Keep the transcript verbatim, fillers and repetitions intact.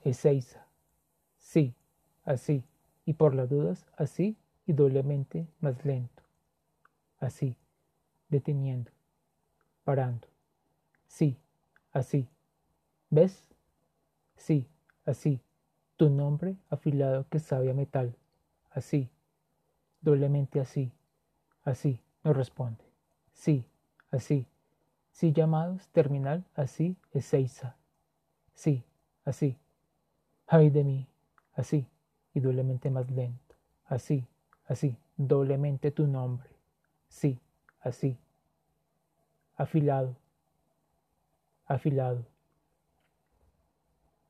Ezeiza. Sí, así, y por las dudas, así y doblemente más lento. Así, deteniendo, parando. Sí, así. ¿Ves? Sí, así. Tu nombre afilado que sabe a metal. Así, doblemente así. Así, no responde. Sí, así. Sí llamados, terminal, así, Ezeiza. Sí, así. Ay de mí, así, y doblemente más lento. Así, así, doblemente tu nombre. Sí, así. Afilado, afilado.